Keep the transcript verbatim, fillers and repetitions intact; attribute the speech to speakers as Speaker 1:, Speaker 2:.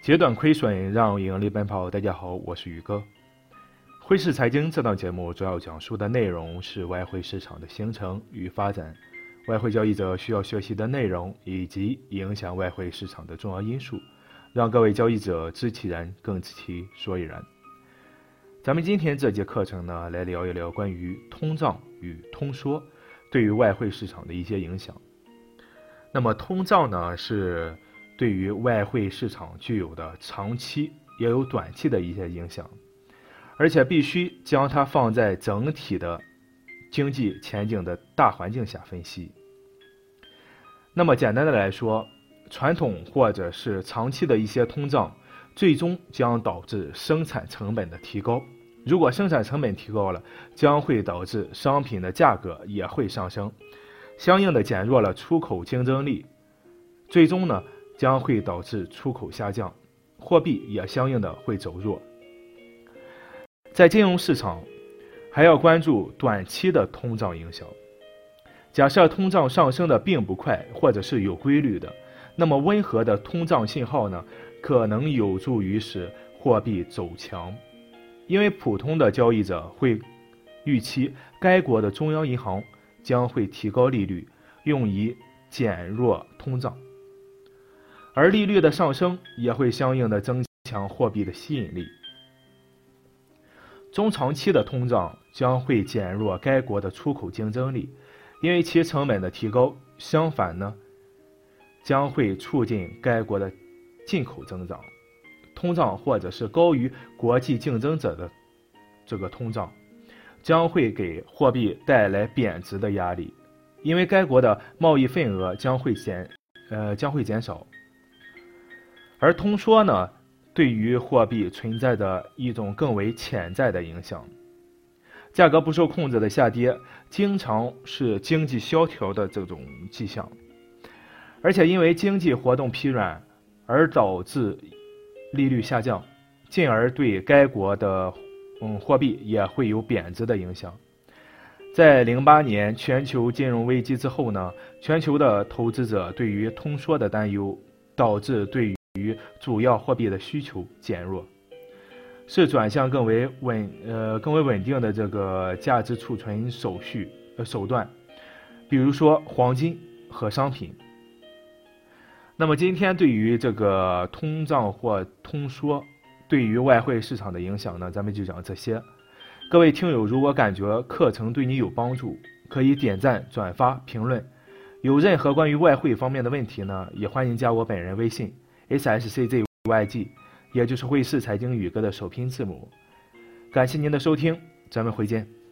Speaker 1: 截断亏损，让盈利奔跑。大家好，我是宇哥。汇市财经这档节目主要讲述的内容是外汇市场的形成与发展，外汇交易者需要学习的内容以及影响外汇市场的重要因素，让各位交易者知其然，更知其所以然。咱们今天这节课程呢，来聊一聊关于通胀与通缩对于外汇市场的一些影响。那么通胀呢，是对于外汇市场具有的长期也有短期的一些影响，而且必须将它放在整体的经济前景的大环境下分析。那么简单的来说，传统或者是长期的一些通胀最终将导致生产成本的提高，如果生产成本提高了，将会导致商品的价格也会上升，相应的减弱了出口竞争力，最终呢将会导致出口下降，货币也相应的会走弱。在金融市场还要关注短期的通胀影响。假设通胀上升的并不快，或者是有规律的，那么温和的通胀信号呢，可能有助于使货币走强，因为普通的交易者会预期该国的中央银行将会提高利率，用以减弱通胀。而利率的上升也会相应的增强货币的吸引力。中长期的通胀将会减弱该国的出口竞争力，因为其成本的提高，相反呢，将会促进该国的进口增长。通胀或者是高于国际竞争者的这个通胀，将会给货币带来贬值的压力，因为该国的贸易份额将会减呃将会减少。而通缩呢，对于货币存在着一种更为潜在的影响。价格不受控制的下跌，经常是经济萧条的这种迹象，而且因为经济活动疲软而导致利率下降，进而对该国的嗯货币也会有贬值的影响。在零八年全球金融危机之后呢，全球的投资者对于通缩的担忧，导致对于于主要货币的需求减弱，是转向更为稳呃更为稳定的这个价值储存手续呃手段，比如说黄金和商品。那么今天对于这个通胀或通缩对于外汇市场的影响呢，咱们就讲这些。各位听友，如果感觉课程对你有帮助，可以点赞、转发、评论。有任何关于外汇方面的问题呢，也欢迎加我本人微信。S S C Z Y G， 也就是汇市财经宇哥的首拼字母。感谢您的收听，咱们回见。